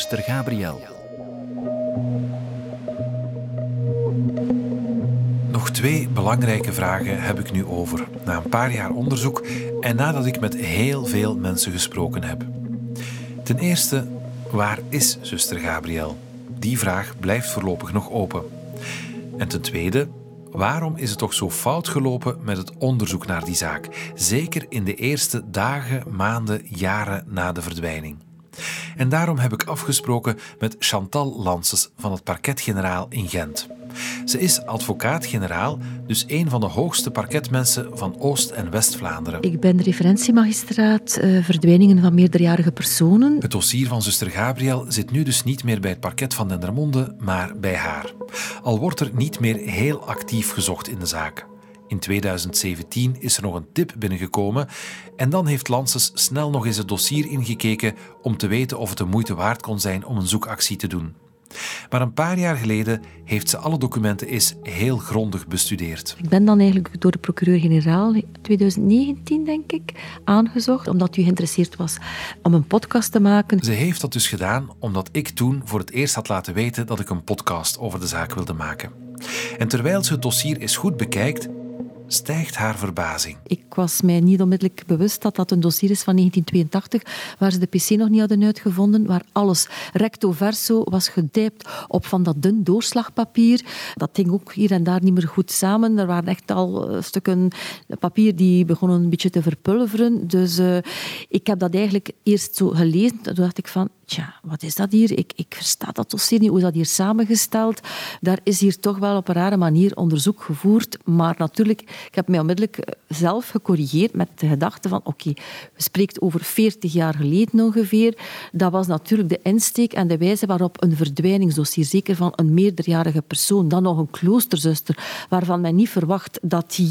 zuster Gabrielle. Nog 2 belangrijke vragen heb ik nu over, na een paar jaar onderzoek en nadat ik met heel veel mensen gesproken heb. Ten eerste, waar is zuster Gabrielle? Die vraag blijft voorlopig nog open. En ten tweede, waarom is het toch zo fout gelopen met het onderzoek naar die zaak? Zeker in de eerste dagen, maanden, jaren na de verdwijning. En daarom heb ik afgesproken met Chantal Lances van het Parquet-Generaal in Gent. Ze is advocaat-generaal, dus een van de hoogste parquetmensen van Oost- en West-Vlaanderen. Ik ben referentiemagistraat verdwijningen van meerderjarige personen. Het dossier van zuster Gabrielle zit nu dus niet meer bij het parket van Dendermonde, maar bij haar. Al wordt er niet meer heel actief gezocht in de zaak. In 2017 is er nog een tip binnengekomen en dan heeft Lances snel nog eens het dossier ingekeken om te weten of het de moeite waard kon zijn om een zoekactie te doen. Maar een paar jaar geleden heeft ze alle documenten eens heel grondig bestudeerd. Ik ben dan eigenlijk door de procureur-generaal in 2019, denk ik, aangezocht, omdat u geïnteresseerd was om een podcast te maken. Ze heeft dat dus gedaan omdat ik toen voor het eerst had laten weten dat ik een podcast over de zaak wilde maken. En terwijl ze het dossier eens goed bekijkt, stijgt haar verbazing. Ik was mij niet onmiddellijk bewust dat dat een dossier is van 1982, waar ze de PC nog niet hadden uitgevonden, waar alles recto verso was gedijpt op van dat dun doorslagpapier. Dat hing ook hier en daar niet meer goed samen. Er waren echt al stukken papier die begonnen een beetje te verpulveren. Dus ik heb dat eigenlijk eerst zo gelezen. Toen dacht ik van, tja, wat is dat hier? Ik versta dat dossier niet. Hoe is dat hier samengesteld? Daar is hier toch wel op een rare manier onderzoek gevoerd. Maar natuurlijk, ik heb mij onmiddellijk zelf gecorrigeerd met de gedachte van, oké, we spreken over 40 jaar geleden ongeveer. Dat was natuurlijk de insteek en de wijze waarop een verdwijningsdossier, zeker van een meerderjarige persoon, dan nog een kloosterzuster, waarvan men niet verwacht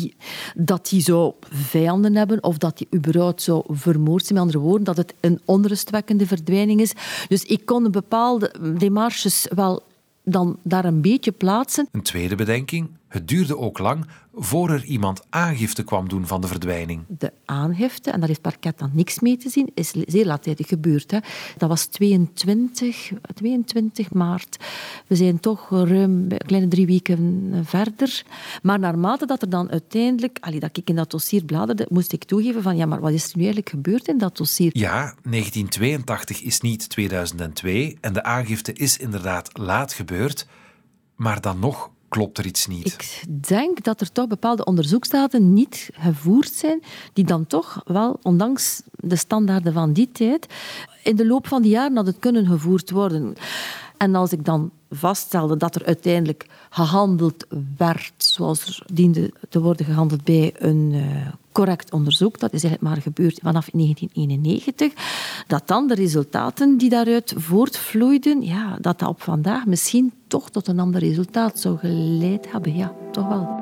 dat die zou vijanden hebben of dat die überhaupt zou vermoord zijn. Met andere woorden, dat het een onrustwekkende verdwijning is. Dus ik kon bepaalde démarches wel dan daar een beetje plaatsen. Een tweede bedenking, het duurde ook lang voor er iemand aangifte kwam doen van de verdwijning. De aangifte, en daar heeft parket dan niks mee te zien, is zeer laattijdig gebeurd. Hè. Dat was 22 maart. We zijn toch ruim een kleine 3 weken verder. Maar naarmate dat er dan uiteindelijk, dat ik in dat dossier bladerde, moest ik toegeven van, ja, maar wat is er nu eigenlijk gebeurd in dat dossier? Ja, 1982 is niet 2002 en de aangifte is inderdaad laat gebeurd, maar dan nog klopt er iets niet. Ik denk dat er toch bepaalde onderzoeksdaden niet gevoerd zijn, die dan toch wel, ondanks de standaarden van die tijd, in de loop van die jaren had het kunnen gevoerd worden. En als ik dan vaststelde dat er uiteindelijk gehandeld werd zoals er diende te worden gehandeld bij een correct onderzoek, dat is eigenlijk maar gebeurd vanaf 1991, dat dan de resultaten die daaruit voortvloeiden, ja, dat op vandaag misschien toch tot een ander resultaat zou geleid hebben. Ja, toch wel.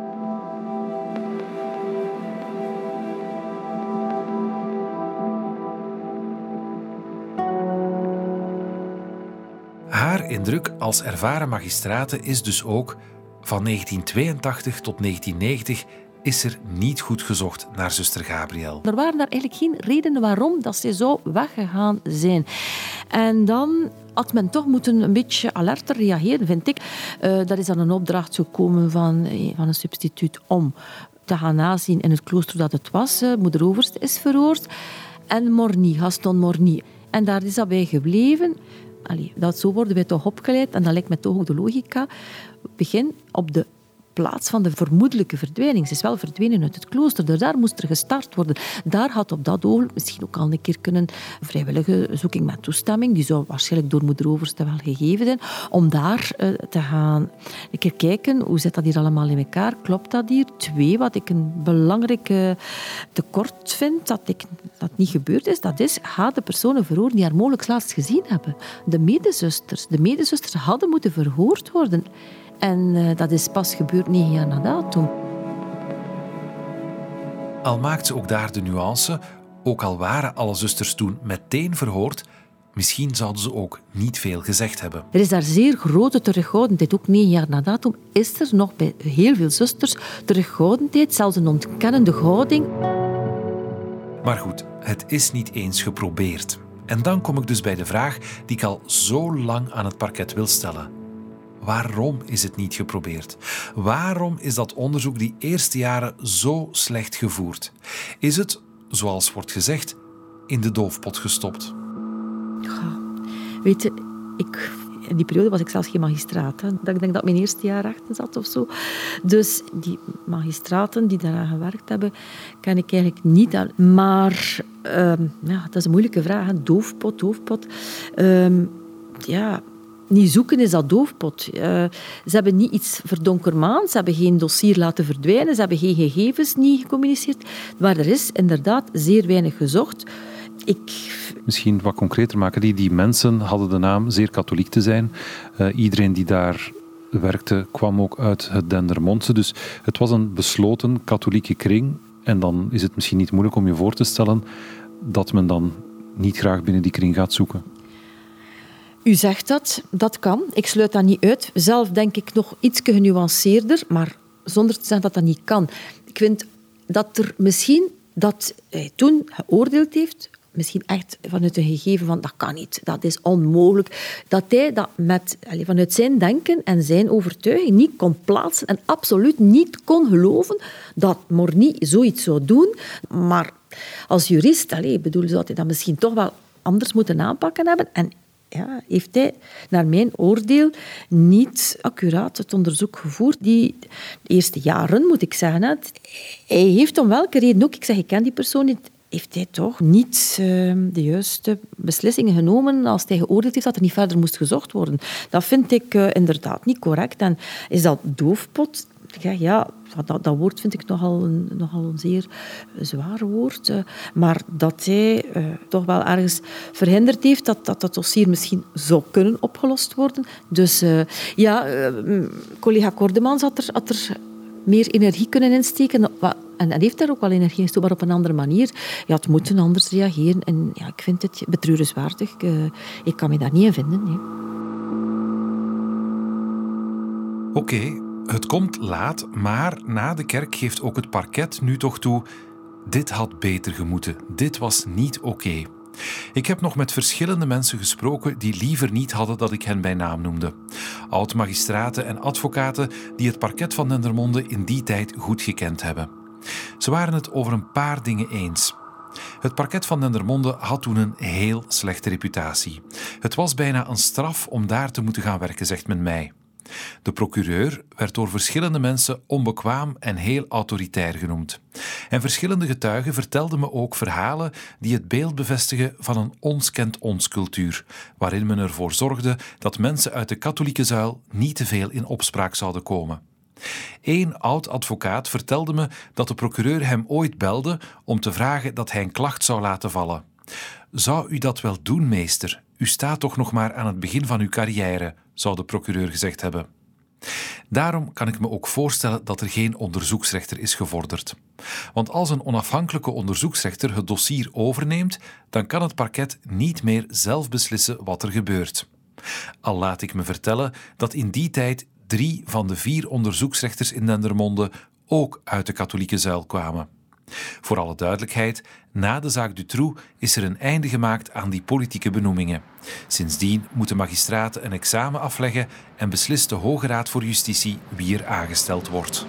Haar indruk als ervaren magistrate is dus ook, van 1982 tot 1990 is er niet goed gezocht naar zuster Gabrielle. Er waren daar eigenlijk geen redenen waarom dat zij zou weggegaan zijn. En dan had men toch moeten een beetje alerter reageren, vind ik. Daar is dan een opdracht gekomen van een substituut om te gaan nazien in het klooster dat het was. Moeder Overste is verhoord. En Morny, Gaston Morny. En daar is dat bij gebleven. Zo worden wij toch opgeleid, en dat lijkt me toch ook de logica. Begin op de plaats van de vermoedelijke verdwijning. Ze is wel verdwenen uit het klooster, dus daar moest er gestart worden. Daar had op dat ogenblik misschien ook al een keer kunnen vrijwillige zoeking met toestemming, die zou waarschijnlijk door moeder Overste wel gegeven zijn, om daar te gaan een keer kijken, hoe zit dat hier allemaal in elkaar? Klopt dat hier? 2, wat ik een belangrijk tekort vind, dat niet gebeurd is, dat is, ga de personen verhoren die haar mogelijk laatst gezien hebben. De medezusters. De medezusters hadden moeten verhoord worden. En dat is pas gebeurd 9 jaar na datum. Al maakt ze ook daar de nuance, ook al waren alle zusters toen meteen verhoord, misschien zouden ze ook niet veel gezegd hebben. Er is daar zeer grote terughoudendheid. Ook 9 jaar na datum is er nog bij heel veel zusters terughoudendheid, zelfs een ontkennende houding. Maar goed, het is niet eens geprobeerd. En dan kom ik dus bij de vraag die ik al zo lang aan het parket wil stellen. Waarom is het niet geprobeerd? Waarom is dat onderzoek die eerste jaren zo slecht gevoerd? Is het, zoals wordt gezegd, in de doofpot gestopt? Ja, weet je, in die periode was ik zelfs geen magistraat. Hè. Ik denk dat mijn eerste jaar achter zat of zo. Dus die magistraten die daaraan gewerkt hebben, ken ik eigenlijk niet. Maar dat is een moeilijke vraag. Hè. Doofpot. Niet zoeken is dat doofpot. Ze hebben niet iets verdonkermaand, ze hebben geen dossier laten verdwijnen, ze hebben geen gegevens niet gecommuniceerd. Maar er is inderdaad zeer weinig gezocht. Misschien wat concreter maken. Die mensen hadden de naam zeer katholiek te zijn. Iedereen die daar werkte kwam ook uit het Dendermondse. Dus het was een besloten katholieke kring. En dan is het misschien niet moeilijk om je voor te stellen dat men dan niet graag binnen die kring gaat zoeken. U zegt dat kan. Ik sluit dat niet uit. Zelf denk ik nog iets genuanceerder, maar zonder te zeggen dat dat niet kan. Ik vind dat er misschien, dat hij toen geoordeeld heeft, misschien echt vanuit een gegeven van dat kan niet, dat is onmogelijk, dat hij dat vanuit zijn denken en zijn overtuiging niet kon plaatsen en absoluut niet kon geloven dat Morny zoiets zou doen. Maar als jurist, zou hij dat misschien toch wel anders moeten aanpakken hebben. En heeft hij, naar mijn oordeel, niet accuraat het onderzoek gevoerd. De eerste jaren, moet ik zeggen. Hij heeft om welke reden ook, ik ken die persoon niet, heeft hij toch niet de juiste beslissingen genomen als hij geoordeeld heeft dat er niet verder moest gezocht worden. Dat vind ik inderdaad niet correct. En is dat doofpot? Dat woord vind ik nogal een zeer zwaar woord. Maar dat hij toch wel ergens verhinderd heeft dat dossier misschien zou kunnen opgelost worden. Dus collega Kordemans had er meer energie kunnen insteken. En heeft daar ook wel energie in gestoken, maar op een andere manier. Ja, het moet anders reageren. En ik vind het betreurenswaardig. Ik kan me daar niet in vinden. Nee. Oké. Het komt laat, maar na de kerk geeft ook het parket nu toch toe: dit had beter gemoeten, dit was niet oké. Ik heb nog met verschillende mensen gesproken die liever niet hadden dat ik hen bij naam noemde. Oud-magistraten en advocaten die het parket van Dendermonde in die tijd goed gekend hebben. Ze waren het over een paar dingen eens. Het parket van Dendermonde had toen een heel slechte reputatie. Het was bijna een straf om daar te moeten gaan werken, zegt men mij. De procureur werd door verschillende mensen onbekwaam en heel autoritair genoemd. En verschillende getuigen vertelden me ook verhalen die het beeld bevestigen van een ons kent ons cultuur, waarin men ervoor zorgde dat mensen uit de katholieke zuil niet te veel in opspraak zouden komen. Eén oud-advocaat vertelde me dat de procureur hem ooit belde om te vragen dat hij een klacht zou laten vallen. Zou u dat wel doen, meester? U staat toch nog maar aan het begin van uw carrière, zou de procureur gezegd hebben. Daarom kan ik me ook voorstellen dat er geen onderzoeksrechter is gevorderd. Want als een onafhankelijke onderzoeksrechter het dossier overneemt, dan kan het parket niet meer zelf beslissen wat er gebeurt. Al laat ik me vertellen dat in die tijd 3 van de 4 onderzoeksrechters in Dendermonde ook uit de katholieke zuil kwamen. Voor alle duidelijkheid, na de zaak Dutroux is er een einde gemaakt aan die politieke benoemingen. Sindsdien moeten magistraten een examen afleggen en beslist de Hoge Raad voor Justitie wie er aangesteld wordt.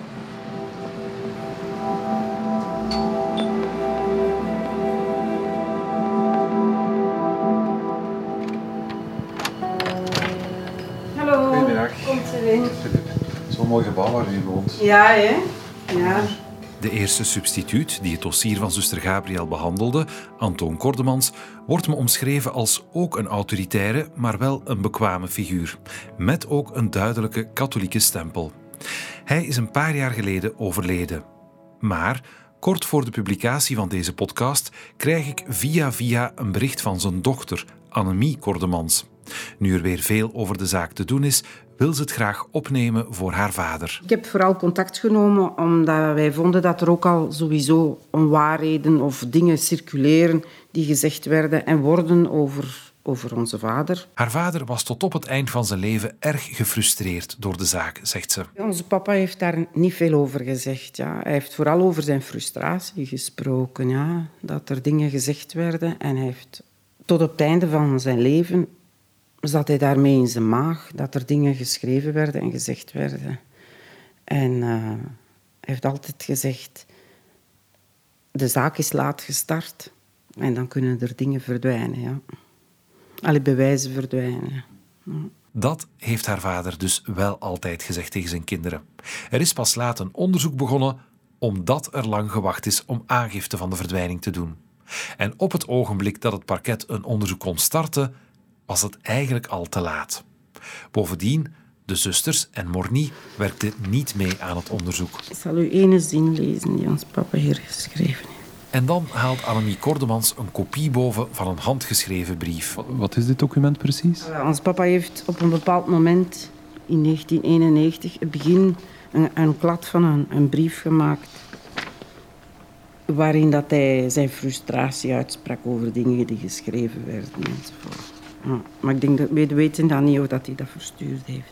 Hallo. Goedemiddag. Komt erin. Zo'n mooi gebouw waar u woont. Ja, hè? Ja. De eerste substituut die het dossier van zuster Gabriel behandelde, Antoon Kordemans, wordt me omschreven als ook een autoritaire, maar wel een bekwame figuur. Met ook een duidelijke katholieke stempel. Hij is een paar jaar geleden overleden. Maar kort voor de publicatie van deze podcast krijg ik via een bericht van zijn dochter, Annemie Kordemans. Nu er weer veel over de zaak te doen is, wil ze het graag opnemen voor haar vader. Ik heb vooral contact genomen omdat wij vonden dat er ook al sowieso onwaarheden of dingen circuleren die gezegd werden en worden over onze vader. Haar vader was tot op het eind van zijn leven erg gefrustreerd door de zaak, zegt ze. Onze papa heeft daar niet veel over gezegd. Ja. Hij heeft vooral over zijn frustratie gesproken. Ja. Dat er dingen gezegd werden en hij heeft tot op het einde van zijn leven zat hij daarmee in zijn maag, dat er dingen geschreven werden en gezegd werden. En hij heeft altijd gezegd, de zaak is laat gestart en dan kunnen er dingen verdwijnen. Ja. Alle bewijzen verdwijnen. Ja. Dat heeft haar vader dus wel altijd gezegd tegen zijn kinderen. Er is pas laat een onderzoek begonnen omdat er lang gewacht is om aangifte van de verdwijning te doen. En op het ogenblik dat het parket een onderzoek kon starten, was het eigenlijk al te laat. Bovendien, de zusters en Morny werkten niet mee aan het onderzoek. Ik zal u ene zin lezen die ons papa hier geschreven heeft. En dan haalt Annemie Kordemans een kopie boven van een handgeschreven brief. Wat is dit document precies? Ons papa heeft op een bepaald moment, in 1991, het begin een klad van een brief gemaakt waarin dat hij zijn frustratie uitsprak over dingen die geschreven werden enzovoort. Ja, maar ik denk dat we weten dan niet of dat hij dat verstuurd heeft.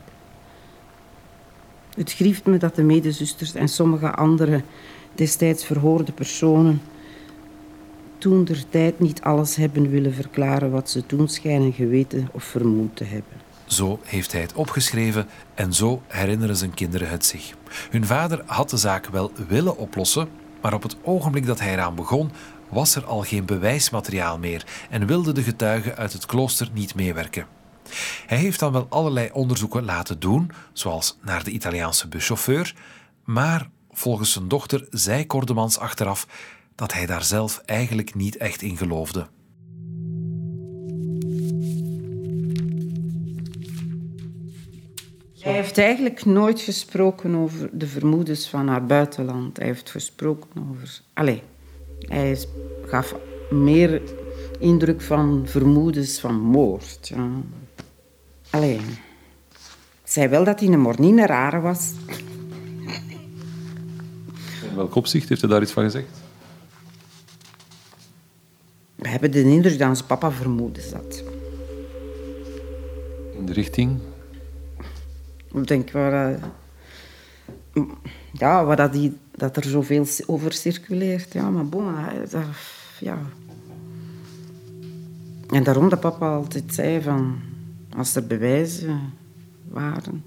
Het grieft me dat de medezusters en sommige andere destijds verhoorde personen toentertijd niet alles hebben willen verklaren wat ze toen schijnen geweten of vermoed te hebben. Zo heeft hij het opgeschreven en zo herinneren zijn kinderen het zich. Hun vader had de zaak wel willen oplossen, maar op het ogenblik dat hij eraan begon, was er al geen bewijsmateriaal meer en wilden de getuigen uit het klooster niet meewerken. Hij heeft dan wel allerlei onderzoeken laten doen, zoals naar de Italiaanse buschauffeur, maar volgens zijn dochter zei Kordemans achteraf dat hij daar zelf eigenlijk niet echt in geloofde. Hij heeft eigenlijk nooit gesproken over de vermoedens van haar buitenland. Hij heeft gesproken over... hij gaf meer indruk van vermoedens van moord. Ja. Ik zei wel dat hij een Morny een rare was. In welk opzicht heeft hij daar iets van gezegd? We hebben de indruk dat ons papa vermoedens had. In de richting? Ik denk dat er zoveel over circuleert. Ja, maar bon, ja. En daarom dat papa altijd zei van, als er bewijzen waren.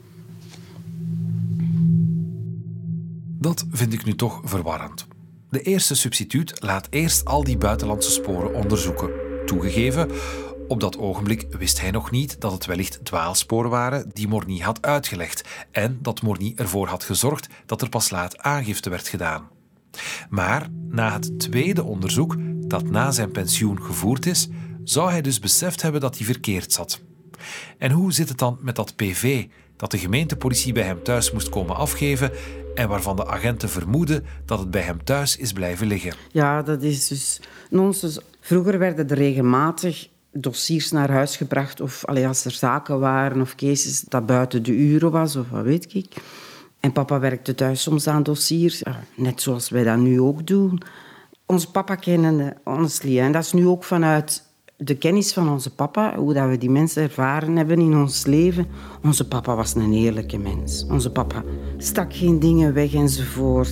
Dat vind ik nu toch verwarrend. De eerste substituut laat eerst al die buitenlandse sporen onderzoeken. Toegegeven, op dat ogenblik wist hij nog niet dat het wellicht dwaalsporen waren die Morny had uitgelegd en dat Morny ervoor had gezorgd dat er pas laat aangifte werd gedaan. Maar na het tweede onderzoek, dat na zijn pensioen gevoerd is, zou hij dus beseft hebben dat hij verkeerd zat. En hoe zit het dan met dat PV dat de gemeentepolitie bij hem thuis moest komen afgeven en waarvan de agenten vermoeden dat het bij hem thuis is blijven liggen? Ja, dat is dus nonsens. Vroeger werden er regelmatig dossiers naar huis gebracht of als er zaken waren of cases dat buiten de uren was of wat weet ik. En papa werkte thuis soms aan dossiers, net zoals wij dat nu ook doen. Onze papa kennen honestly, en dat is nu ook vanuit de kennis van onze papa, hoe dat we die mensen ervaren hebben in ons leven. Onze papa was een eerlijke mens. Onze papa stak geen dingen weg enzovoort.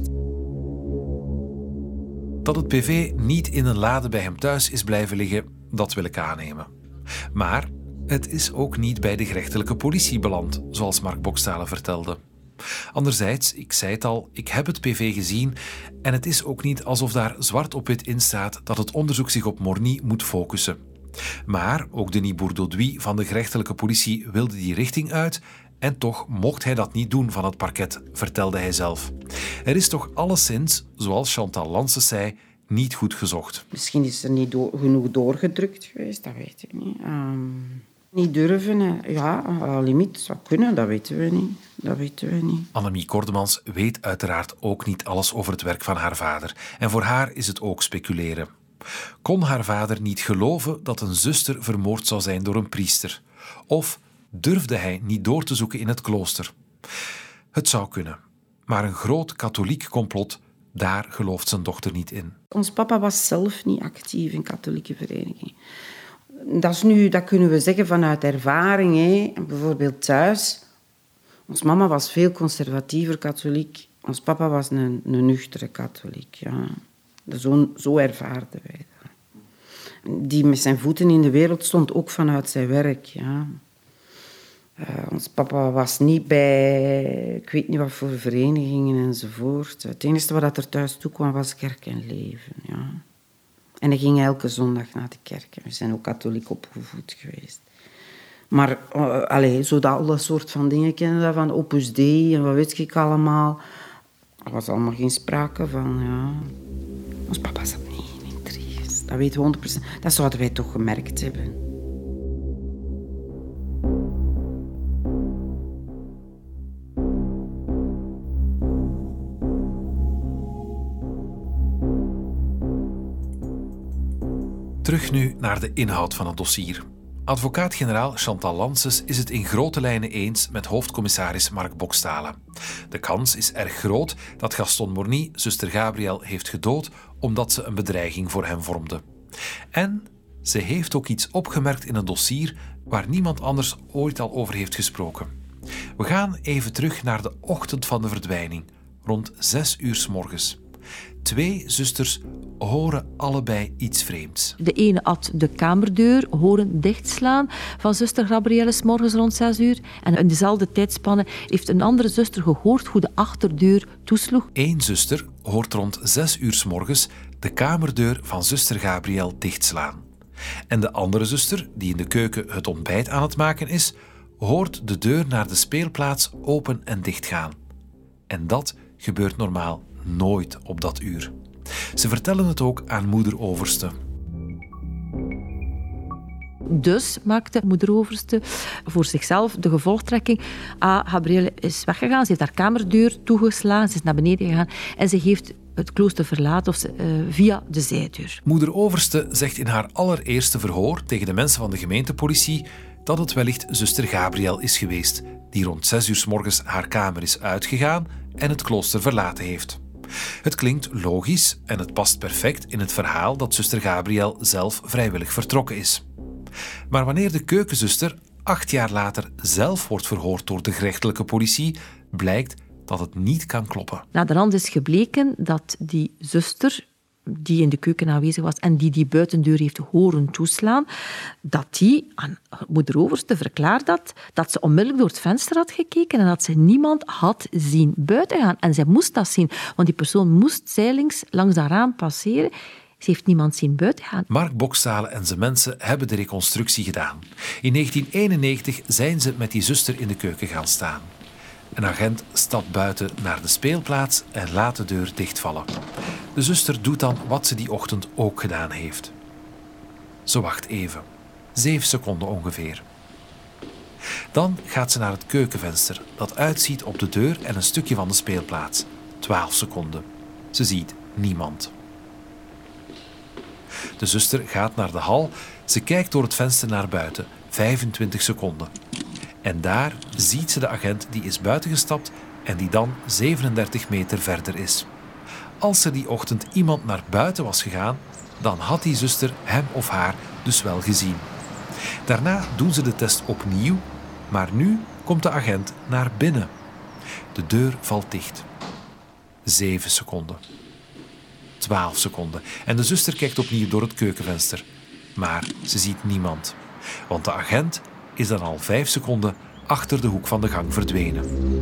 Dat het PV niet in een lade bij hem thuis is blijven liggen, dat wil ik aannemen. Maar het is ook niet bij de gerechtelijke politie beland, zoals Mark Bokstalen vertelde. Anderzijds, ik zei het al, ik heb het PV gezien en het is ook niet alsof daar zwart op wit in staat dat het onderzoek zich op Morny moet focussen. Maar ook Denis Bourdoudois van de gerechtelijke politie wilde die richting uit en toch mocht hij dat niet doen van het parket, vertelde hij zelf. Er is toch alleszins, zoals Chantal Lances zei, niet goed gezocht. Misschien is er niet genoeg doorgedrukt geweest, dat weet ik niet. Niet durven, ja, limiet zou kunnen, dat weten we niet. Annemie Kordemans weet uiteraard ook niet alles over het werk van haar vader. En voor haar is het ook speculeren. Kon haar vader niet geloven dat een zuster vermoord zou zijn door een priester? Of durfde hij niet door te zoeken in het klooster? Het zou kunnen. Maar een groot katholiek complot, daar gelooft zijn dochter niet in. Ons papa was zelf niet actief in katholieke verenigingen. Dat kunnen we zeggen vanuit ervaring. Hè. Bijvoorbeeld thuis. Ons mama was veel conservatiever katholiek. Ons papa was een nuchtere katholiek. Ja. Zo ervaarden wij dat. die met zijn voeten in de wereld stond, ook vanuit zijn werk. Ja. Ons papa was niet bij, ik weet niet wat voor verenigingen enzovoort. Het enige wat er thuis toe kwam was kerk en leven. Ja. En hij ging elke zondag naar de kerk. We zijn ook katholiek opgevoed geweest. Maar zo dat alle soort van dingen kennen, van Opus Dei en wat weet ik allemaal. Er was allemaal geen sprake van. Ja. Ons papa zat niet in intriges. Dat weten we 100%. Dat zouden wij toch gemerkt hebben. Terug nu naar de inhoud van het dossier. Advocaat-generaal Chantal Lances is het in grote lijnen eens met hoofdcommissaris Mark Bokstalen. De kans is erg groot dat Gaston Morny zuster Gabriel heeft gedood omdat ze een bedreiging voor hem vormde. En ze heeft ook iets opgemerkt in het dossier waar niemand anders ooit al over heeft gesproken. We gaan even terug naar de ochtend van de verdwijning, rond 6 uur 's morgens. 2 zusters horen allebei iets vreemds. De ene had de kamerdeur horen dichtslaan van zuster Gabrielle 's morgens rond 6 uur. En in dezelfde tijdspanne heeft een andere zuster gehoord hoe de achterdeur toesloeg. 1 zuster hoort rond 6 uur 's morgens de kamerdeur van zuster Gabriel dichtslaan. En de andere zuster, die in de keuken het ontbijt aan het maken is, hoort de deur naar de speelplaats open en dichtgaan. En dat gebeurt normaal nooit op dat uur. Ze vertellen het ook aan moeder Overste. Dus maakte moeder Overste voor zichzelf de gevolgtrekking. Gabrielle is weggegaan, ze heeft haar kamerdeur toegeslaan, ze is naar beneden gegaan en ze heeft het klooster verlaten via de zijdeur. Moeder Overste zegt in haar allereerste verhoor tegen de mensen van de gemeentepolitie dat het wellicht zuster Gabriel is geweest, die rond 6 uur 's morgens haar kamer is uitgegaan en het klooster verlaten heeft. Het klinkt logisch en het past perfect in het verhaal dat zuster Gabriel zelf vrijwillig vertrokken is. Maar wanneer de keukenzuster 8 jaar later zelf wordt verhoord door de gerechtelijke politie, blijkt dat het niet kan kloppen. Naderhand is gebleken dat die zuster die in de keuken aanwezig was en die buitendeur heeft horen toeslaan, dat die aan moeder Overste verklaard had dat ze onmiddellijk door het venster had gekeken en dat ze niemand had zien buiten gaan. En zij moest dat zien, want die persoon moest zijlings langs dat raam passeren. Ze heeft niemand zien buiten gaan. Mark Bokstalen en zijn mensen hebben de reconstructie gedaan. In 1991 zijn ze met die zuster in de keuken gaan staan. Een agent stapt buiten naar de speelplaats en laat de deur dichtvallen. De zuster doet dan wat ze die ochtend ook gedaan heeft. Ze wacht even. 7 seconden ongeveer. Dan gaat ze naar het keukenvenster dat uitziet op de deur en een stukje van de speelplaats. 12 seconden. Ze ziet niemand. De zuster gaat naar de hal. Ze kijkt door het venster naar buiten. 25 seconden. En daar ziet ze de agent die is buitengestapt en die dan 37 meter verder is. Als er die ochtend iemand naar buiten was gegaan, dan had die zuster hem of haar dus wel gezien. Daarna doen ze de test opnieuw, maar nu komt de agent naar binnen. De deur valt dicht. 7 seconden. 12 seconden. En de zuster kijkt opnieuw door het keukenvenster. Maar ze ziet niemand. Want de agent is dan al 5 seconden achter de hoek van de gang verdwenen.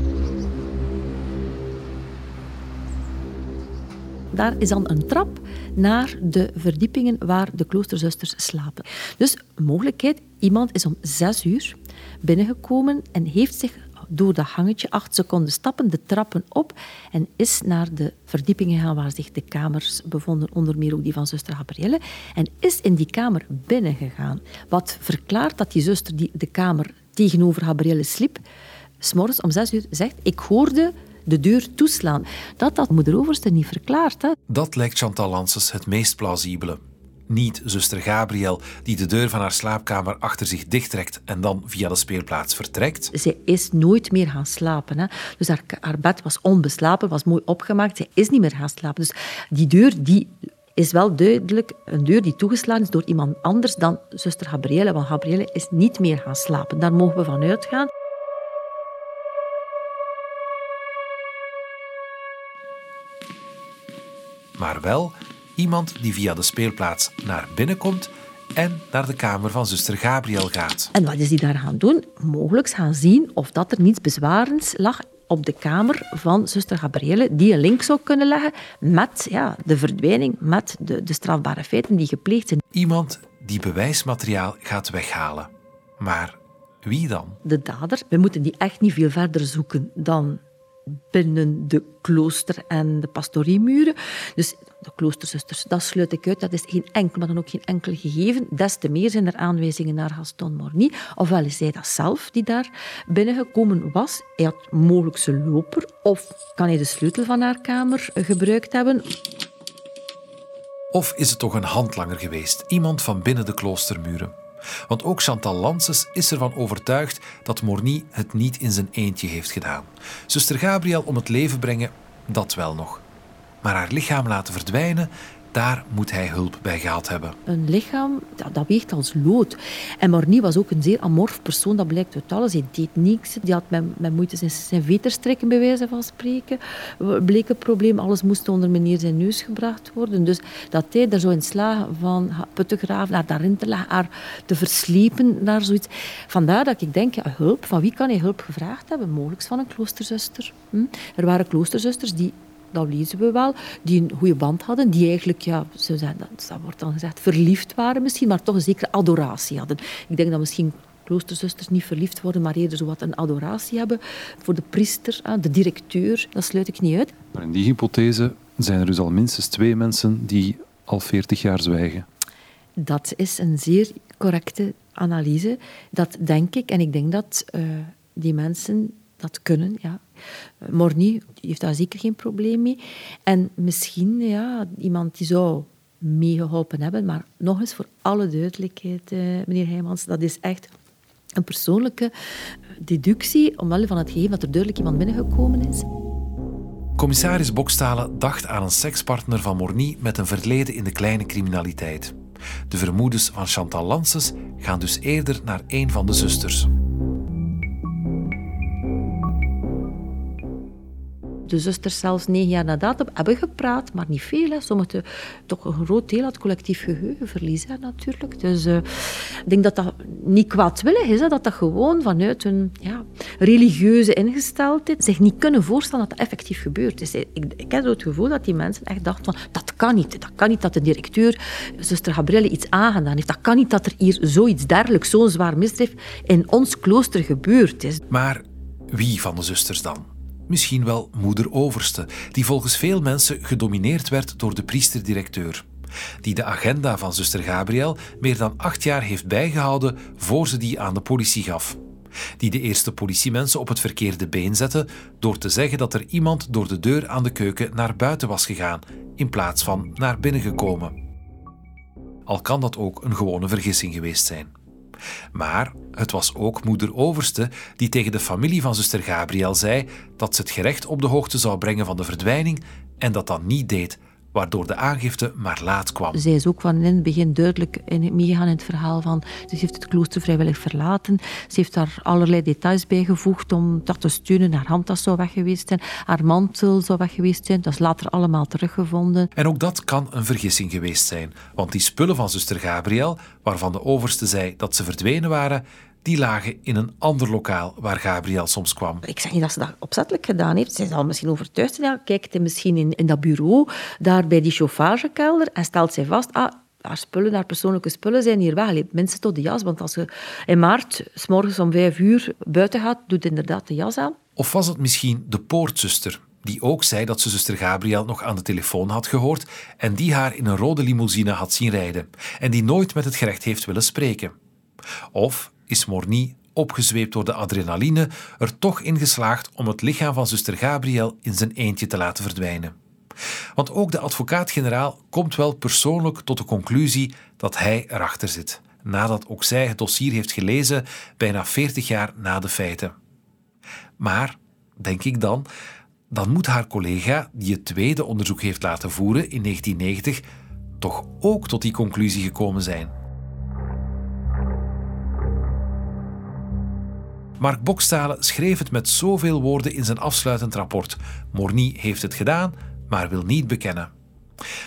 Daar is dan een trap naar de verdiepingen waar de kloosterzusters slapen. Dus een mogelijkheid, iemand is om 6 uur binnengekomen en heeft zich door dat gangetje 8 seconden stappen de trappen op en is naar de verdiepingen gegaan waar zich de kamers bevonden, onder meer ook die van zuster Gabrielle, en is in die kamer binnengegaan. Wat verklaart dat die zuster die de kamer tegenover Gabrielle sliep, 's morgens om 6 uur zegt, ik hoorde de deur toeslaan. Dat had moeder Overste niet verklaard. Hè? Dat lijkt Chantal Lances het meest plausibele. Niet zuster Gabriel die de deur van haar slaapkamer achter zich dichttrekt en dan via de speelplaats vertrekt. Zij is nooit meer gaan slapen. Hè? Dus haar bed was onbeslapen, was mooi opgemaakt. Zij is niet meer gaan slapen. Dus die deur die is wel duidelijk een deur die toegeslaan is door iemand anders dan zuster Gabrielle. Want Gabrielle is niet meer gaan slapen. Daar mogen we van uitgaan. Maar wel iemand die via de speelplaats naar binnen komt en naar de kamer van zuster Gabriel gaat. En wat is die daar gaan doen? Mogelijk gaan zien of dat er niets bezwarends lag op de kamer van zuster Gabrielle, die een link zou kunnen leggen met de verdwijning, met de strafbare feiten die gepleegd zijn. Iemand die bewijsmateriaal gaat weghalen. Maar wie dan? De dader, we moeten die echt niet veel verder zoeken dan binnen de klooster- en de pastoriemuren. Dus de kloosterzusters, dat sluit ik uit. Dat is geen enkel, maar dan ook geen enkel gegeven. Des te meer zijn er aanwijzingen naar Gaston Morny. Ofwel is hij dat zelf die daar binnengekomen was. Hij had mogelijk zijn loper. Of kan hij de sleutel van haar kamer gebruikt hebben. Of is het toch een handlanger geweest? Iemand van binnen de kloostermuren? Want ook Chantal Lances is ervan overtuigd dat Morny het niet in zijn eentje heeft gedaan. Zuster Gabriel om het leven brengen, dat wel nog. Maar haar lichaam laten verdwijnen, daar moet hij hulp bij gehad hebben. Een lichaam, dat weegt als lood. En Morny was ook een zeer amorf persoon, dat blijkt uit alles. Hij deed niks, die had met moeite zijn veters trekken, bij wijze van spreken. Bleek een probleem, alles moest onder meneer zijn neus gebracht worden. Dus dat hij er zo in slagen van putten graven, haar daarin te leggen, haar te verslepen naar zoiets. Vandaar dat ik denk, hulp, van wie kan hij hulp gevraagd hebben? Mogelijk van een kloosterzuster. Er waren kloosterzusters die, dat lezen we wel, die een goede band hadden, die eigenlijk, dat wordt dan gezegd, verliefd waren misschien, maar toch een zekere adoratie hadden. Ik denk dat misschien kloosterzusters niet verliefd worden, maar eerder zo wat een adoratie hebben voor de priester, de directeur. Dat sluit ik niet uit. Maar in die hypothese zijn er dus al minstens 2 mensen die al 40 jaar zwijgen. Dat is een zeer correcte analyse. Dat denk ik. En ik denk dat die mensen dat kunnen, ja. Morny heeft daar zeker geen probleem mee. En misschien iemand die zou meegeholpen hebben. Maar nog eens voor alle duidelijkheid, meneer Heijmans, dat is echt een persoonlijke deductie, omwille van het gegeven dat er duidelijk iemand binnengekomen is. Commissaris Bokstalen dacht aan een sekspartner van Morny met een verleden in de kleine criminaliteit. De vermoedens van Chantal Lances gaan dus eerder naar een van de zusters. De zusters zelfs 9 jaar na datum hebben gepraat, maar niet veel. Hè. Sommigen toch een groot deel had collectief geheugenverlies natuurlijk. Dus ik denk dat dat niet kwaadwillig is, hè, dat dat gewoon vanuit hun religieuze ingesteldheid zich niet kunnen voorstellen dat dat effectief gebeurd is. Ik heb het gevoel dat die mensen echt dachten van dat kan niet dat de directeur, zuster Gabrielle, iets aangedaan heeft. Dat kan niet dat er hier zoiets dergelijks, zo'n zwaar misdrijf in ons klooster gebeurd is. Maar wie van de zusters dan? Misschien wel moeder Overste, die volgens veel mensen gedomineerd werd door de priester-directeur. Die de agenda van zuster Gabriel meer dan 8 jaar heeft bijgehouden voor ze die aan de politie gaf. Die de eerste politiemensen op het verkeerde been zette door te zeggen dat er iemand door de deur aan de keuken naar buiten was gegaan, in plaats van naar binnen gekomen. Al kan dat ook een gewone vergissing geweest zijn. Maar het was ook moeder Overste die tegen de familie van zuster Gabriel zei dat ze het gerecht op de hoogte zou brengen van de verdwijning en dat niet deed, waardoor de aangifte maar laat kwam. Zij is ook van in het begin duidelijk meegegaan in het verhaal van ze heeft het klooster vrijwillig verlaten. Ze heeft daar allerlei details bijgevoegd om dat te steunen. Haar handtas zou weg geweest zijn, haar mantel zou weg geweest zijn. Dat is later allemaal teruggevonden. En ook dat kan een vergissing geweest zijn, want die spullen van zuster Gabriel, waarvan de overste zei dat ze verdwenen waren, die lagen in een ander lokaal waar Gabriel soms kwam. Ik zeg niet dat ze dat opzettelijk gedaan heeft. Zij zal misschien overtuigd zijn. Kijkt hij misschien in dat bureau, daar bij die chauffagekelder, en stelt zij vast, haar spullen, haar persoonlijke spullen zijn hier weggelegd. Minstens tot de jas, want als je in maart 's morgens om 5 uur buiten gaat, doet inderdaad de jas aan. Of was het misschien de poortzuster, die ook zei dat ze zuster Gabriel nog aan de telefoon had gehoord en die haar in een rode limousine had zien rijden en die nooit met het gerecht heeft willen spreken? Of is Morny, opgezweept door de adrenaline, er toch in geslaagd om het lichaam van zuster Gabriel in zijn eentje te laten verdwijnen? Want ook de advocaat-generaal komt wel persoonlijk tot de conclusie dat hij erachter zit, nadat ook zij het dossier heeft gelezen, bijna 40 jaar na de feiten. Maar, denk ik dan moet haar collega, die het tweede onderzoek heeft laten voeren in 1990, toch ook tot die conclusie gekomen zijn. Mark Bokstalen schreef het met zoveel woorden in zijn afsluitend rapport. Morny heeft het gedaan, maar wil niet bekennen.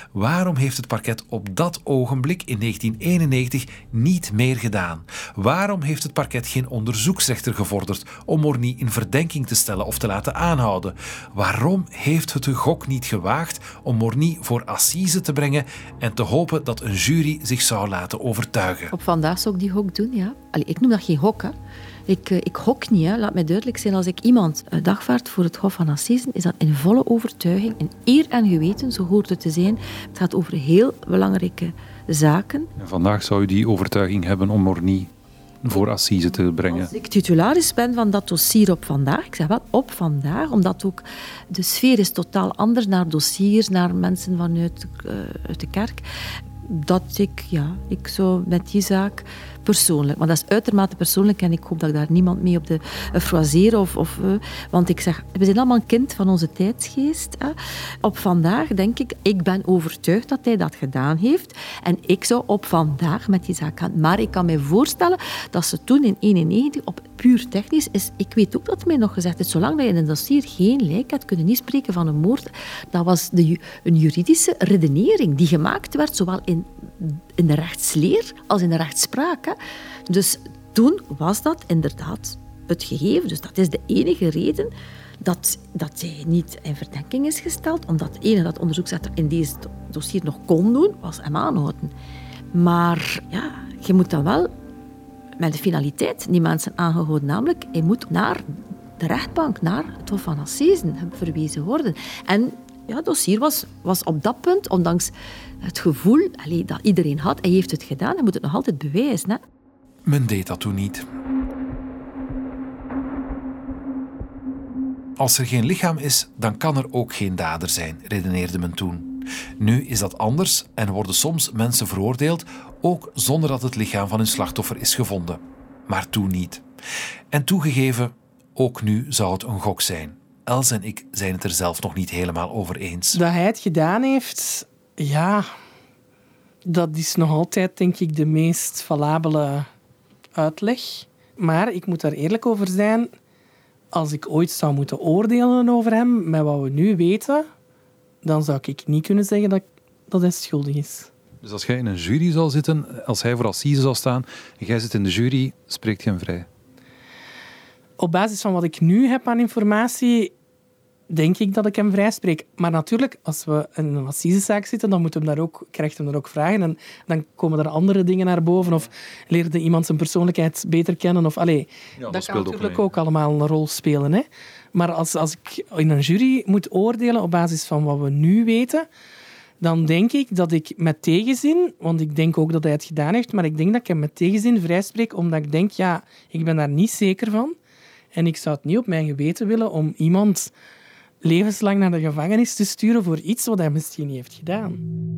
Waarom heeft het parket op dat ogenblik in 1991 niet meer gedaan? Waarom heeft het parket geen onderzoeksrechter gevorderd om Morny in verdenking te stellen of te laten aanhouden? Waarom heeft het de gok niet gewaagd om Morny voor assise te brengen en te hopen dat een jury zich zou laten overtuigen? Op vandaag zou ik die gok doen, ja. Ik noem dat geen gok, hè. Ik gok niet, hè. Laat mij duidelijk zijn. Als ik iemand dagvaard voor het Hof van Assisen, is dat in volle overtuiging, in eer en geweten, zo hoort het te zijn. Het gaat over heel belangrijke zaken. En vandaag zou u die overtuiging hebben om Morny voor assise te brengen. Als ik titularis ben van dat dossier op vandaag, ik zeg wel op vandaag, omdat ook de sfeer is totaal anders naar dossiers, naar mensen vanuit uit de kerk, dat ik zou met die zaak persoonlijk, maar dat is uitermate persoonlijk en ik hoop dat ik daar niemand mee op de froisseer want ik zeg, we zijn allemaal een kind van onze tijdsgeest. Hè. Op vandaag denk ik ben overtuigd dat hij dat gedaan heeft en ik zou op vandaag met die zaak gaan. Maar ik kan me voorstellen dat ze toen in 1991 op puur technisch is, ik weet ook dat mij nog gezegd is, zolang dat je in een dossier geen lijk hebt, kun je niet spreken van een moord. Dat was een juridische redenering die gemaakt werd, zowel in de rechtsleer als in de rechtspraak. Hè. Dus toen was dat inderdaad het gegeven. Dus dat is de enige reden dat hij niet in verdenking is gesteld, omdat het ene dat onderzoeksrechter in deze dossier nog kon doen, was hem aanhouden. Maar ja, je moet dan wel met de finaliteit die mensen aangehouden, namelijk hij moet naar de rechtbank, naar het Hof van Assisen verwezen worden. En ja, het dossier was op dat punt, ondanks het gevoel dat iedereen had, hij heeft het gedaan, hij moet het nog altijd bewijzen. Hè. Men deed dat toen niet. Als er geen lichaam is, dan kan er ook geen dader zijn, redeneerde men toen. Nu is dat anders en worden soms mensen veroordeeld, ook zonder dat het lichaam van hun slachtoffer is gevonden. Maar toen niet. En toegegeven, ook nu zou het een gok zijn. Els en ik zijn het er zelf nog niet helemaal over eens. Dat hij het gedaan heeft, ja, dat is nog altijd, denk ik, de meest valabele uitleg. Maar ik moet daar eerlijk over zijn. Als ik ooit zou moeten oordelen over hem, met wat we nu weten, dan zou ik niet kunnen zeggen dat hij schuldig is. Dus als jij in een jury zou zitten, als hij voor assise zou staan, en jij zit in de jury, spreekt je hem vrij? Op basis van wat ik nu heb aan informatie, denk ik dat ik hem vrijspreek. Maar natuurlijk, als we in een assisezaak zitten, dan krijgt hem daar ook vragen. En dan komen er andere dingen naar boven. Of leerde iemand zijn persoonlijkheid beter kennen. Of, dat kan natuurlijk ook allemaal een rol spelen. Hè. Maar als ik in een jury moet oordelen op basis van wat we nu weten, dan denk ik dat ik met tegenzin, want ik denk ook dat hij het gedaan heeft, maar ik denk dat ik hem met tegenzin vrijspreek, omdat ik denk, ja, ik ben daar niet zeker van. En ik zou het niet op mijn geweten willen om iemand levenslang naar de gevangenis te sturen voor iets wat hij misschien niet heeft gedaan.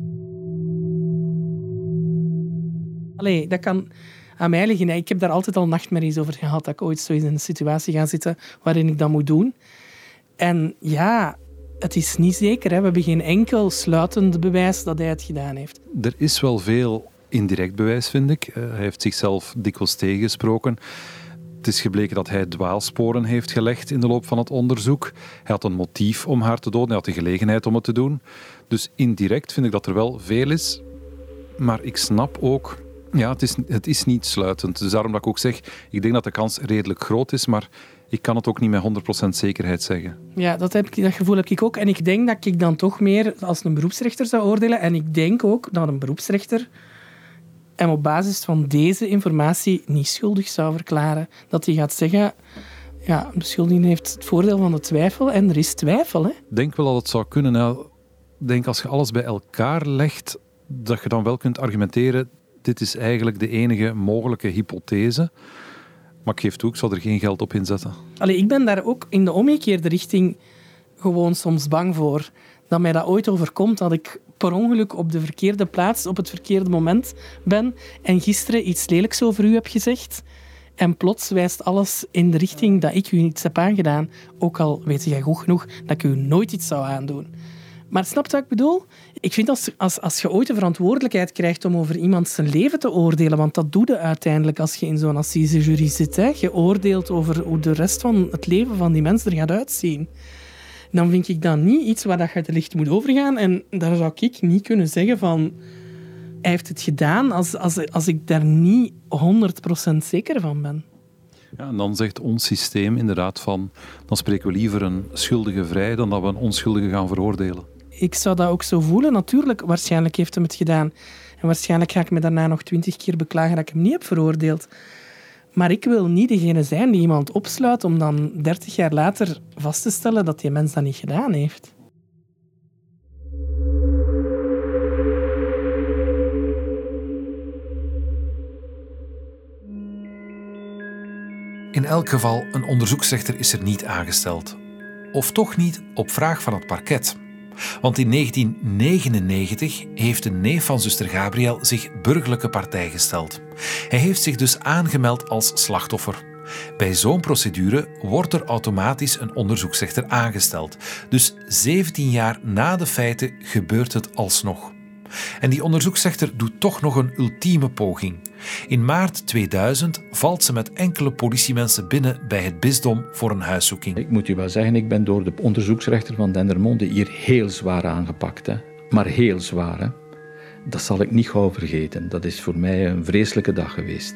Dat kan aan mij liggen. Ik heb daar altijd al nachtmerries over gehad, dat ik ooit zo in een situatie ga zitten waarin ik dat moet doen. En ja, het is niet zeker. Hè. We hebben geen enkel sluitend bewijs dat hij het gedaan heeft. Er is wel veel indirect bewijs, vind ik. Hij heeft zichzelf dikwijls tegengesproken. Het is gebleken dat hij dwaalsporen heeft gelegd in de loop van het onderzoek. Hij had een motief om haar te doden. Hij had de gelegenheid om het te doen. Dus indirect vind ik dat er wel veel is. Maar ik snap ook, ja, het is niet sluitend. Dus daarom dat ik ook zeg, ik denk dat de kans redelijk groot is, maar ik kan het ook niet met 100% zekerheid zeggen. Ja, dat gevoel heb ik ook. En ik denk dat ik dan toch meer als een beroepsrechter zou oordelen. En ik denk ook dat een beroepsrechter hem op basis van deze informatie niet schuldig zou verklaren. Dat hij gaat zeggen, ja, een beschuldiging heeft het voordeel van de twijfel en er is twijfel. Hè? Ik denk wel dat het zou kunnen. Ik denk als je alles bij elkaar legt, dat je dan wel kunt argumenteren, dit is eigenlijk de enige mogelijke hypothese. Maar ik geef toe, ik zou er geen geld op inzetten. Ik ben daar ook in de omgekeerde richting gewoon soms bang voor. Dat mij dat ooit overkomt, dat ik per ongeluk op de verkeerde plaats, op het verkeerde moment ben en gisteren iets lelijks over u heb gezegd en plots wijst alles in de richting dat ik u iets heb aangedaan. Ook al weet jij goed genoeg dat ik u nooit iets zou aandoen. Maar snap je wat ik bedoel? Ik vind als je ooit de verantwoordelijkheid krijgt om over iemand zijn leven te oordelen, want dat doe je uiteindelijk als je in zo'n assisejury zit. Hè? Je oordeelt over hoe de rest van het leven van die mens er gaat uitzien. dan vind ik dat niet iets waar dat je te licht moet overgaan. En daar zou ik niet kunnen zeggen van... Hij heeft het gedaan als ik daar niet 100% zeker van ben. Ja, en dan zegt ons systeem inderdaad van... dan spreken we liever een schuldige vrij dan dat we een onschuldige gaan veroordelen. Ik zou dat ook zo voelen. Natuurlijk, waarschijnlijk heeft hem het gedaan. En waarschijnlijk ga ik me daarna nog 20 keer beklagen dat ik hem niet heb veroordeeld. Maar ik wil niet degene zijn die iemand opsluit om dan 30 jaar later vast te stellen dat die mens dat niet gedaan heeft. In elk geval, een onderzoeksrechter is er niet aangesteld. Of toch niet op vraag van het parket. Want in 1999 heeft een neef van zuster Gabriel zich burgerlijke partij gesteld. Hij heeft zich dus aangemeld als slachtoffer. Bij zo'n procedure wordt er automatisch een onderzoeksrechter aangesteld. Dus 17 jaar na de feiten gebeurt het alsnog. En die onderzoeksrechter doet toch nog een ultieme poging. In maart 2000 valt ze met enkele politiemensen binnen bij het bisdom voor een huiszoeking. Ik moet u wel zeggen, ik ben door de onderzoeksrechter van Dendermonde hier heel zwaar aangepakt. Hè. Maar heel zwaar. Hè. Dat zal ik niet gauw vergeten. Dat is voor mij een vreselijke dag geweest.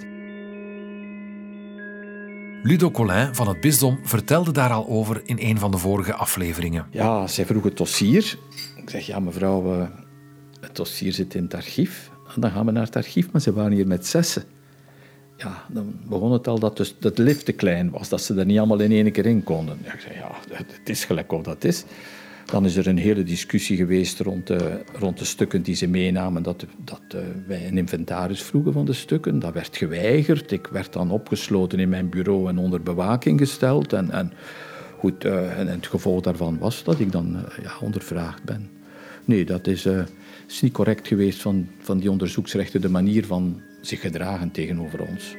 Ludo Collin van het bisdom vertelde daar al over in een van de vorige afleveringen. Ja, zij vroeg het dossier. Ik zeg, ja mevrouw, het dossier zit in het archief. Dan gaan we naar het archief, maar ze waren hier met 6. Ja, dan begon het al dat de lift te klein was, dat ze er niet allemaal in één keer in konden. Ja, ik zei, ja, het is gelijk of dat is. Dan is er een hele discussie geweest rond de stukken die ze meenamen, dat wij een inventaris vroegen van de stukken. Dat werd geweigerd. Ik werd dan opgesloten in mijn bureau en onder bewaking gesteld. En het gevolg daarvan was dat ik dan ondervraagd ben. Nee, dat is niet correct geweest van die onderzoeksrechter, de manier van zich gedragen tegenover ons.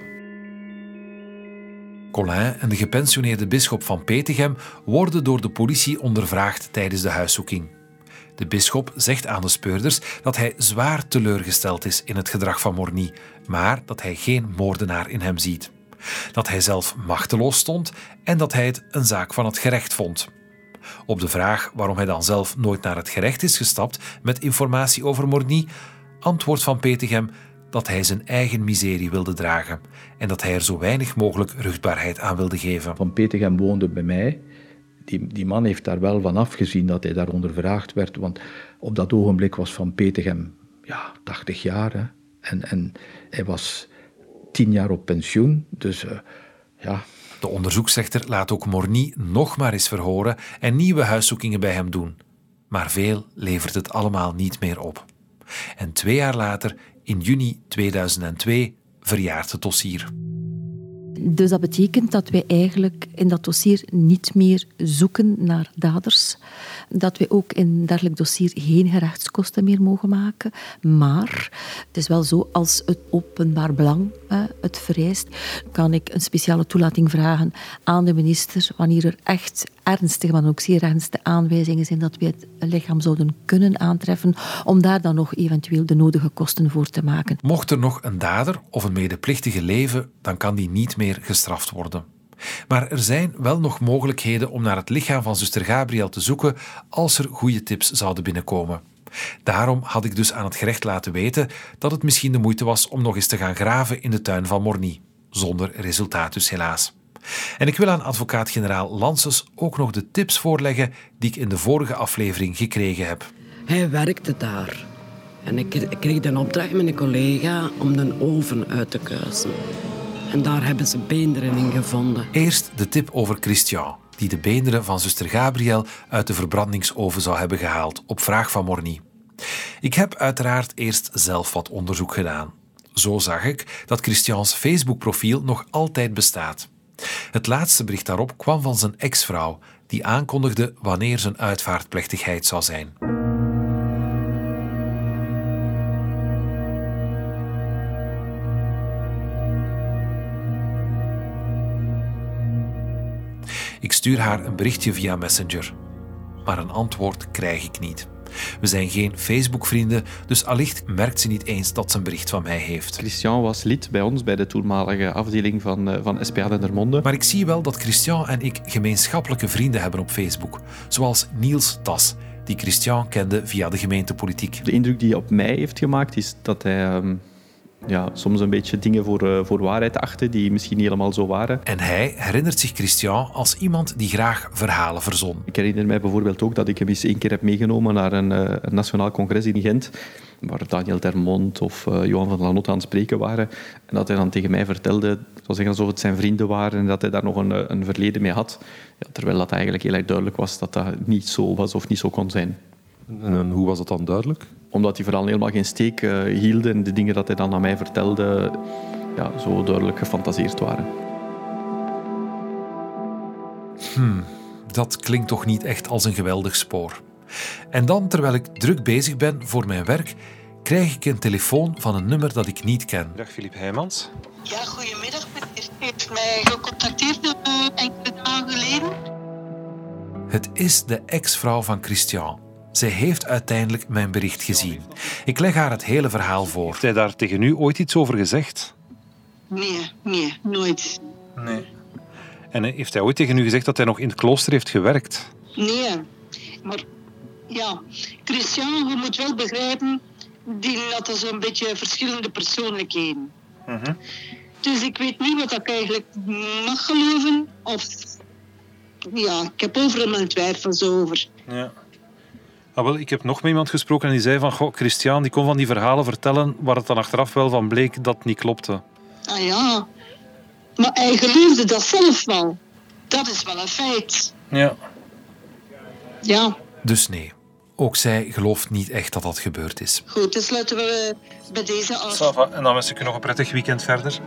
Collin en de gepensioneerde bisschop van Petegem worden door de politie ondervraagd tijdens de huiszoeking. De bisschop zegt aan de speurders dat hij zwaar teleurgesteld is in het gedrag van Morny, maar dat hij geen moordenaar in hem ziet. Dat hij zelf machteloos stond en dat hij het een zaak van het gerecht vond. Op de vraag waarom hij dan zelf nooit naar het gerecht is gestapt met informatie over Morny, antwoordt Van Petegem dat hij zijn eigen miserie wilde dragen en dat hij er zo weinig mogelijk ruchtbaarheid aan wilde geven. Van Petegem woonde bij mij. Die man heeft daar wel van afgezien dat hij daar ondervraagd werd, want op dat ogenblik was Van Petegem 80 jaar. Hè? En hij was 10 jaar op pensioen, dus ja... De onderzoeksrechter laat ook Morny nog maar eens verhoren en nieuwe huiszoekingen bij hem doen. Maar veel levert het allemaal niet meer op. En 2 jaar later, in juni 2002, verjaart het dossier. Dus dat betekent dat wij eigenlijk in dat dossier niet meer zoeken naar daders. Dat wij ook in een dergelijk dossier geen gerechtskosten meer mogen maken. Maar het is wel zo, als het openbaar belang het vereist, kan ik een speciale toelating vragen aan de minister wanneer er echt ernstige, maar ook zeer ernstige aanwijzingen zijn dat wij het lichaam zouden kunnen aantreffen, om daar dan nog eventueel de nodige kosten voor te maken. Mocht er nog een dader of een medeplichtige leven, dan kan die niet meer gestraft worden. Maar er zijn wel nog mogelijkheden om naar het lichaam van zuster Gabriel te zoeken als er goede tips zouden binnenkomen. Daarom had ik dus aan het gerecht laten weten dat het misschien de moeite was om nog eens te gaan graven in de tuin van Morny. Zonder resultaat dus helaas. En ik wil aan advocaat-generaal Lances ook nog de tips voorleggen die ik in de vorige aflevering gekregen heb. Hij werkte daar. En ik kreeg een opdracht met een collega om een oven uit te kuisen. En daar hebben ze beenderen in gevonden. Eerst de tip over Christian, die de beenderen van zuster Gabriel uit de verbrandingsoven zou hebben gehaald, op vraag van Morny. Ik heb uiteraard eerst zelf wat onderzoek gedaan. Zo zag ik dat Christians Facebook-profiel nog altijd bestaat. Het laatste bericht daarop kwam van zijn ex-vrouw, die aankondigde wanneer zijn uitvaartplechtigheid zou zijn. Ik stuur haar een berichtje via Messenger, maar een antwoord krijg ik niet. We zijn geen Facebook-vrienden, dus allicht merkt ze niet eens dat ze een bericht van mij heeft. Christian was lid bij ons, bij de toenmalige afdeling van SPA Dendermonde. Maar ik zie wel dat Christian en ik gemeenschappelijke vrienden hebben op Facebook. Zoals Niels Tas, die Christian kende via de gemeentepolitiek. De indruk die hij op mij heeft gemaakt is dat hij soms een beetje dingen voor waarheid achtte die misschien niet helemaal zo waren. En hij herinnert zich Christian als iemand die graag verhalen verzon. Ik herinner mij bijvoorbeeld ook dat ik hem eens 1 keer heb meegenomen naar een nationaal congres in Gent, waar Daniel Termont of Johan van Lanotte aan het spreken waren. En dat hij dan tegen mij vertelde, alsof het zijn vrienden waren en dat hij daar nog een verleden mee had. Ja, terwijl dat eigenlijk heel erg duidelijk was dat dat niet zo was of niet zo kon zijn. En hoe was dat dan duidelijk? Omdat hij vooral helemaal geen steek hield en de dingen dat hij dan aan mij vertelde zo duidelijk gefantaseerd waren. Dat klinkt toch niet echt als een geweldig spoor. En dan, terwijl ik druk bezig ben voor mijn werk, krijg ik een telefoon van een nummer dat ik niet ken. Dag Filip Heijmans. Ja, goedemiddag. Meneer heeft mij gecontacteerd enkele dagen geleden. Het is de ex-vrouw van Christian. Zij heeft uiteindelijk mijn bericht gezien. Ik leg haar het hele verhaal voor. Heeft hij daar tegen u ooit iets over gezegd? Nee, nooit. Nee. En heeft hij ooit tegen u gezegd dat hij nog in het klooster heeft gewerkt? Nee, maar ja, Christian, je moet wel begrijpen, die had zo'n beetje verschillende persoonlijkheden. Dus ik weet niet wat ik eigenlijk mag geloven, of ja, ik heb overal mijn twijfels over. Ja. Wel, ik heb nog met iemand gesproken en die zei van Christian die kon van die verhalen vertellen waar het dan achteraf wel van bleek dat het niet klopte. Ah ja, maar hij geloofde dat zelf wel. Dat is wel een feit. Ja. Ja. Dus nee, ook zij gelooft niet echt dat dat gebeurd is. Goed, dus sluiten we bij deze af. Sava. En dan wens ik u nog een prettig weekend verder.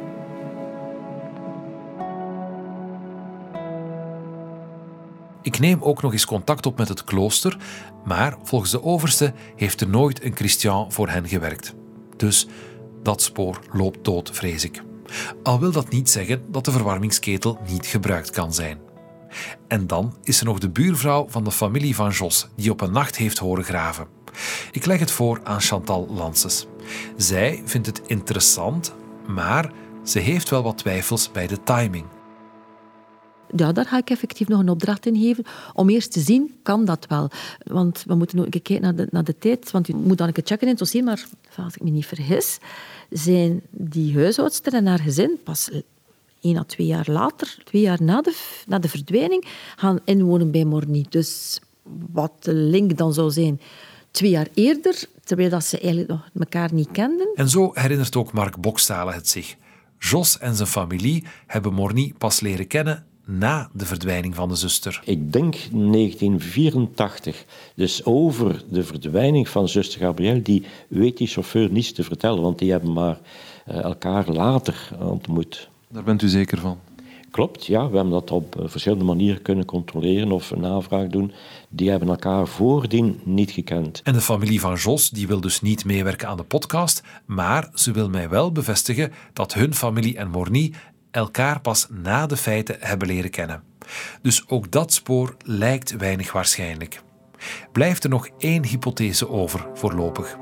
Ik neem ook nog eens contact op met het klooster, maar volgens de overste heeft er nooit een Christian voor hen gewerkt. Dus dat spoor loopt dood, vrees ik. Al wil dat niet zeggen dat de verwarmingsketel niet gebruikt kan zijn. En dan is er nog de buurvrouw van de familie van Jos, die op een nacht heeft horen graven. Ik leg het voor aan Chantal Lances. Zij vindt het interessant, maar ze heeft wel wat twijfels bij de timing. Ja, daar ga ik effectief nog een opdracht in geven. Om eerst te zien, kan dat wel. Want we moeten ook kijken naar de tijd. Want u moet dan een keer checken in het dossier. Maar als ik me niet vergis, zijn die huishoudster en haar gezin pas 1 à 2 jaar later, 2 jaar na de verdwijning, gaan inwonen bij Morny. Dus wat de link dan zou zijn, 2 jaar eerder, terwijl dat ze eigenlijk nog elkaar niet kenden. En zo herinnert ook Mark Bokstalen het zich. Jos en zijn familie hebben Morny pas leren kennen na de verdwijning van de zuster. Ik denk 1984. Dus over de verdwijning van zuster Gabrielle, die weet die chauffeur niets te vertellen, want die hebben maar elkaar later ontmoet. Daar bent u zeker van? Klopt, ja. We hebben dat op verschillende manieren kunnen controleren of een navraag doen. Die hebben elkaar voordien niet gekend. En de familie van Jos die wil dus niet meewerken aan de podcast, maar ze wil mij wel bevestigen dat hun familie en Morny elkaar pas na de feiten hebben leren kennen. Dus ook dat spoor lijkt weinig waarschijnlijk. Blijft er nog 1 hypothese over voorlopig.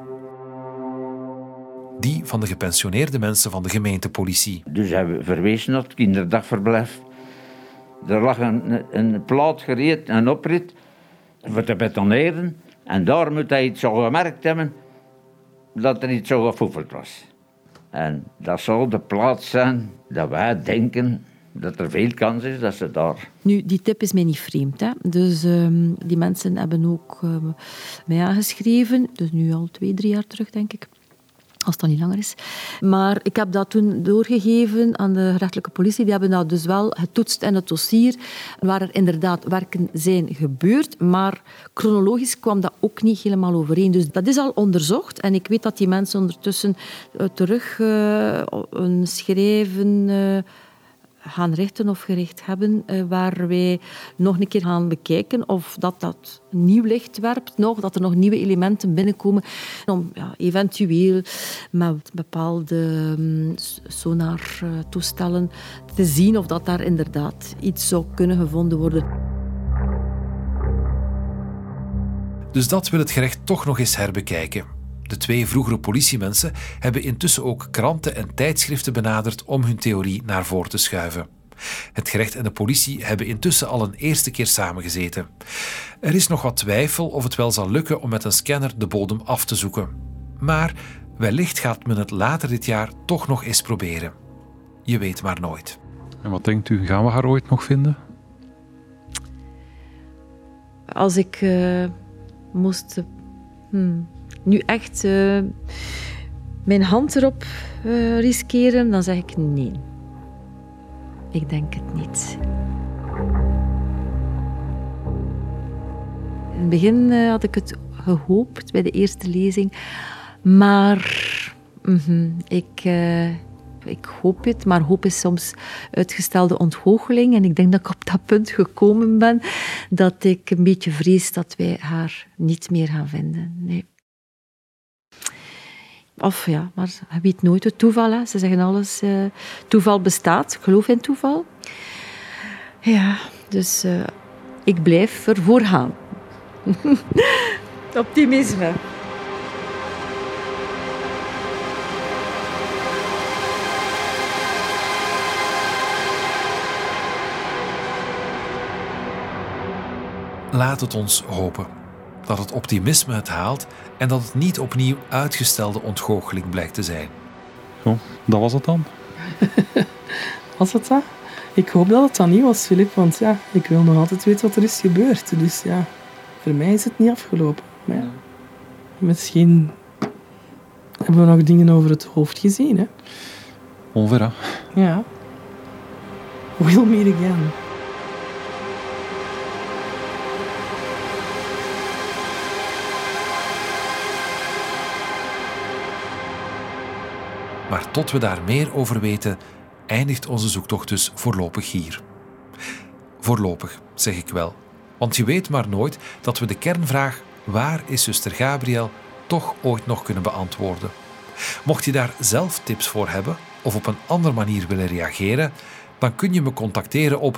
Die van de gepensioneerde mensen van de gemeentepolitie. Dus hebben we verwezen naar het kinderdagverblijf. Er lag een plaat gereed, een oprit, voor te betoneren. En daar moet hij iets zo gemerkt hebben dat er iets zo gefoefeld was. En dat zal de plaats zijn dat wij denken dat er veel kans is dat ze daar... Nu, die tip is mij niet vreemd. Hè? Dus die mensen hebben ook mij aangeschreven. Dus nu al 2-3 jaar terug, denk ik. Als het dan niet langer is. Maar ik heb dat toen doorgegeven aan de gerechtelijke politie. Die hebben dat dus wel getoetst in het dossier, waar er inderdaad werken zijn gebeurd. Maar chronologisch kwam dat ook niet helemaal overeen. Dus dat is al onderzocht. En ik weet dat die mensen ondertussen terug een schrijven gaan richten of gericht hebben, waar wij nog een keer gaan bekijken of dat nieuw licht werpt, dat er nog nieuwe elementen binnenkomen, om eventueel met bepaalde sonartoestellen te zien of dat daar inderdaad iets zou kunnen gevonden worden. Dus dat wil het gerecht toch nog eens herbekijken. De 2 vroegere politiemensen hebben intussen ook kranten en tijdschriften benaderd om hun theorie naar voren te schuiven. Het gerecht en de politie hebben intussen al een eerste keer samengezeten. Er is nog wat twijfel of het wel zal lukken om met een scanner de bodem af te zoeken. Maar wellicht gaat men het later dit jaar toch nog eens proberen. Je weet maar nooit. En wat denkt u, gaan we haar ooit nog vinden? Als ik moest nu echt mijn hand erop riskeren, dan zeg ik nee. Ik denk het niet. In het begin had ik het gehoopt bij de eerste lezing, maar ik hoop het, maar hoop is soms uitgestelde ontgoocheling. En ik denk dat ik op dat punt gekomen ben dat ik een beetje vrees dat wij haar niet meer gaan vinden. Nee. Of ja, maar je weet nooit het toeval. Hè. Ze zeggen alles, toeval bestaat. Ik geloof in toeval. Ja, dus ik blijf ervoor gaan. Optimisme. Laat het ons hopen. Dat het optimisme het haalt en dat het niet opnieuw uitgestelde ontgoocheling blijkt te zijn. Zo, dat was het dan. Was het dat? Ik hoop dat het dan niet was, Filip, want ja, ik wil nog altijd weten wat er is gebeurd. Dus ja, voor mij is het niet afgelopen. Maar ja, misschien hebben we nog dingen over het hoofd gezien, hè? On verra. Ja. We'll meet again. Maar tot we daar meer over weten, eindigt onze zoektocht dus voorlopig hier. Voorlopig, zeg ik wel. Want je weet maar nooit dat we de kernvraag waar is zuster Gabriel toch ooit nog kunnen beantwoorden. Mocht je daar zelf tips voor hebben of op een andere manier willen reageren, dan kun je me contacteren op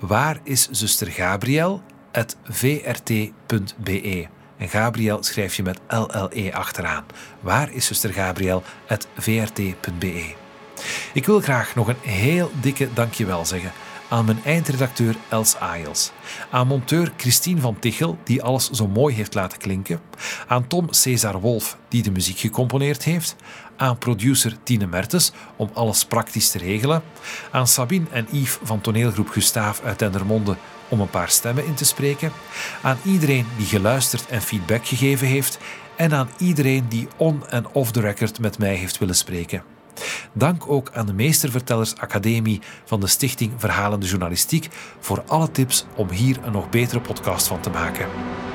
waariszustergabriel@vrt.be. En Gabriel schrijf je met LLE achteraan. Waar is zuster Gabriel@vrt.be. Ik wil graag nog een heel dikke dankjewel zeggen aan mijn eindredacteur Els Ayels, aan monteur Christine van Tichel, die alles zo mooi heeft laten klinken, aan Tom Cesar Wolf, die de muziek gecomponeerd heeft, aan producer Tine Mertens om alles praktisch te regelen, aan Sabine en Yves van toneelgroep Gustave uit Dendermonde om een paar stemmen in te spreken, aan iedereen die geluisterd en feedback gegeven heeft en aan iedereen die on- en off the record met mij heeft willen spreken. Dank ook aan de Meestervertellers Academie van de Stichting Verhalende Journalistiek voor alle tips om hier een nog betere podcast van te maken.